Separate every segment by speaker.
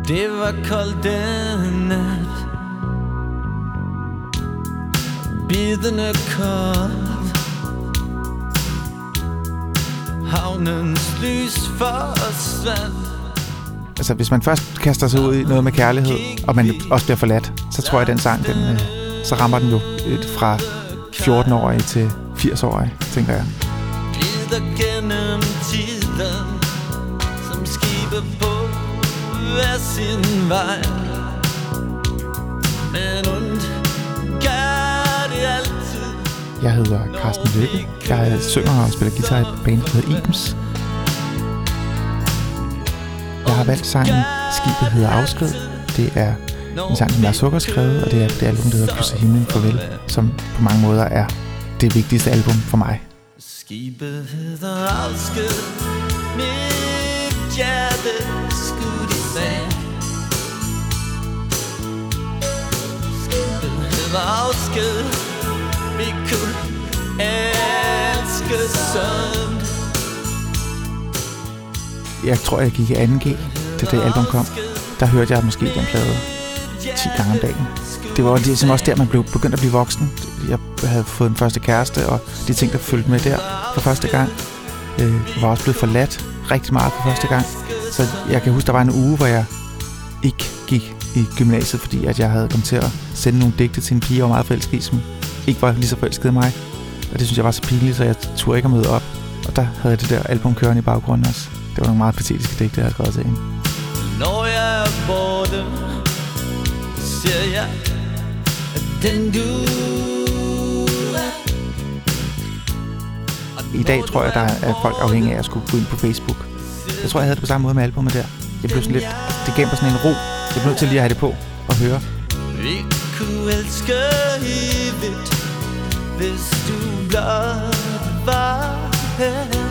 Speaker 1: Det var koldt den nat, bidende kold. Havnens lys forsvandt.
Speaker 2: Altså, hvis man først kaster sig ud i noget med kærlighed, og man også bliver forladt, så tror jeg, at den sang, så rammer den jo fra 14-årig til 80-årig, tænker jeg.
Speaker 1: Glider gennem tiden, som skibe på hver sin vej. Men ondt gør det altid.
Speaker 2: Jeg hedder Carsten Lykke. Jeg synger og spiller guitar i et band, der hedder Ibens. Jeg har valgt sangen Skibet hedder Afsked. Det er en sang, som Lars Hug har skrevet, og det er det album, der hedder Kysser himlen farvel, som på mange måder er det vigtigste album for mig.
Speaker 1: Skibet hedder Afsked, mit hjerte skudt i sag. Skibet hedder Afsked, vi kunne elske sådan.
Speaker 2: Jeg tror, jeg gik i 2G, da det album kom. Der hørte jeg måske den plade 10 gange om dagen. Det var ligesom også der, man blev begyndt at blive voksen. Jeg havde fået en første kæreste, og de ting, der fulgte med der for første gang, var også blevet forladt rigtig meget for første gang. Så jeg kan huske, der var en uge, hvor jeg ikke gik i gymnasiet, fordi at jeg havde kommet til at sende nogle digte til en pige, jeg var meget forelsket i, som ikke var lige så forelsket i mig. Og det synes jeg var så pinligt, så jeg turde ikke at møde op. Og der havde jeg det der album kørende i baggrunden også. Det var nogle meget patetiske digte, jeg havde skrevet til hende.
Speaker 1: Når jeg er borte, ser jeg, at den du er.
Speaker 2: I dag tror jeg, der er folk afhængige af at skulle gå ind på Facebook. Jeg tror, jeg havde det på samme måde med albumet der. Jeg blev sådan lidt, det gav mig sådan en ro. Jeg blev nødt til lige at have det på og høre.
Speaker 1: Vi kunne elske evigt, hvis du blot var her.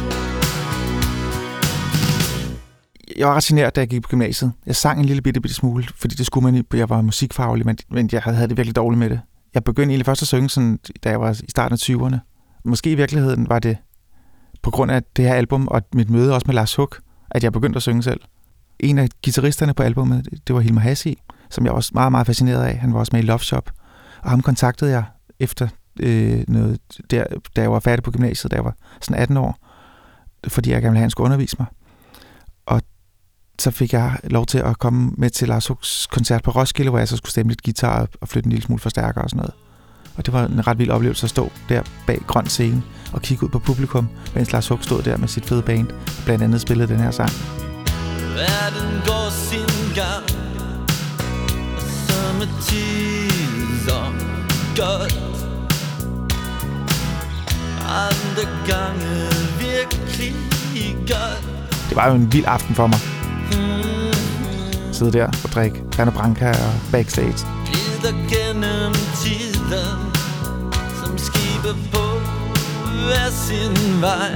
Speaker 2: Jeg var ret genert, da jeg gik på gymnasiet. Jeg sang en lille bitte smule, fordi det skulle man. Jeg var musikfaglig, men jeg havde det virkelig dårligt med det. Jeg begyndte egentlig først at synge, sådan, da jeg var i starten af 20'erne. Måske i virkeligheden var det på grund af det her album og mit møde også med Lars Hug, at jeg begyndte at synge selv. En af guitaristerne på albumet, det var Hilmar Hassi, som jeg var meget, meget fascineret af. Han var også med i Love Shop, og ham kontaktede jeg efter noget der, da jeg var færdig på gymnasiet, da jeg var sådan 18 år, fordi jeg gerne ville have, han skulle undervise mig. Og så fik jeg lov til at komme med til Lars Hugs koncert på Roskilde, hvor jeg så skulle stemme lidt guitar og flytte en lille smule forstærker og sådan noget. Og det var en ret vild oplevelse at stå der bag grøn scene og kigge ud på publikum, mens Lars Hug stod der med sit fede band, og blandt andet spillede den her sang.
Speaker 1: Verden går sin gang, og samme tider godt. Andre gange virkelig godt.
Speaker 2: Det var jo en vild aften for mig. Sidde der og drikke Pernod Branca og backstage.
Speaker 1: Glider gennem tiden, som skibe på hver sin vej.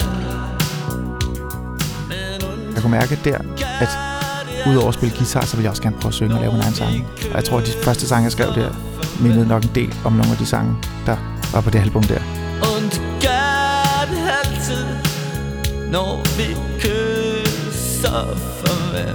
Speaker 2: Jeg kunne mærke der, at udover at spille guitar, så ville jeg også gerne prøve at synge og lave en egen sang. Og jeg tror, at de første sange, jeg skrev der, mindede nok en del om nogle af de sange, der var på det album der.
Speaker 1: Und gør det altid, når vi kysser farvel.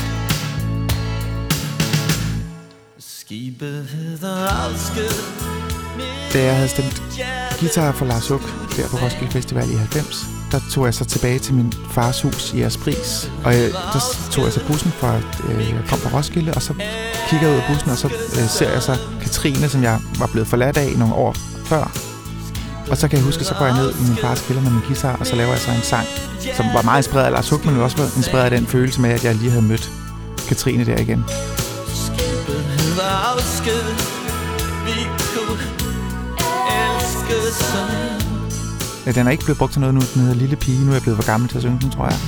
Speaker 1: Skibet hedder Afsked.
Speaker 2: Da jeg havde stemt guitar for Lars Hug der på Roskilde Festival i 90, der tog jeg så tilbage til min fars hus i Jægerspris. Og der tog jeg så bussen fra, jeg kom fra Roskilde, og så kigger jeg ud af bussen, og så ser jeg så Katrine, som jeg var blevet forladt af nogle år før. Og så kan jeg huske, så går jeg ned i min fars kælder med min guitar, og så laver jeg så en sang, som var meget inspireret af Lars Hug, men også var inspireret af den følelse med, at jeg lige havde mødt Katrine der igen.
Speaker 1: Skibet hedder Afsked. Vi kunne elske sådan.
Speaker 2: Ja, den er ikke blevet brugt til noget nu. Den hedder Lille Pige. Nu er jeg blevet for gammel til at synge den, tror jeg.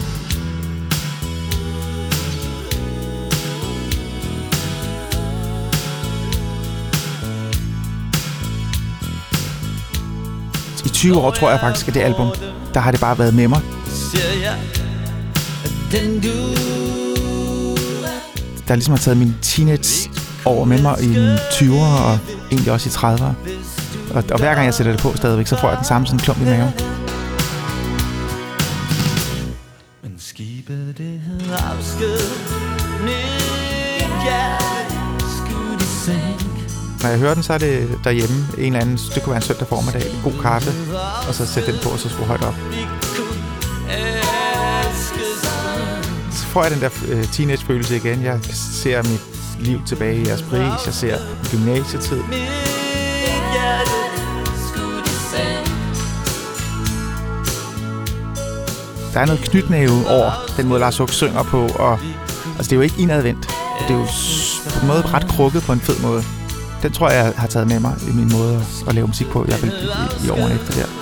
Speaker 2: I 20 år tror jeg faktisk, at det album, der har det bare været med mig. Der ligesom har taget mine teenage-år med mig i mine 20'ere og egentlig også i 30'ere. Og hver gang jeg sætter det på stadigvæk, så får jeg den samme sådan klump i maven.
Speaker 1: Men skibet det hedder Afsked. hjerte skulle de sænke.
Speaker 2: Når jeg hører den, så er det derhjemme en eller anden, det kunne være en søndag formiddag, god kaffe, og så sætte den på, og så skrue højt op. Så får jeg den der teenagefølelse igen. Jeg ser mit liv tilbage i Asbris, jeg ser gymnasietid. Der er noget knytnæve over den måde, Lars Huck synger på, og altså, det er jo ikke indadvendt. Det er jo på en måde ret krukket på en fed måde. Den tror jeg har taget med mig i min måde at lave musik på, jeg vil i årene efter der.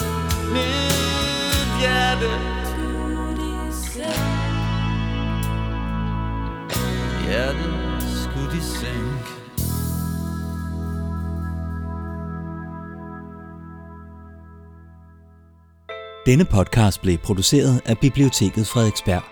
Speaker 3: Denne podcast blev produceret af Biblioteket Frederiksberg.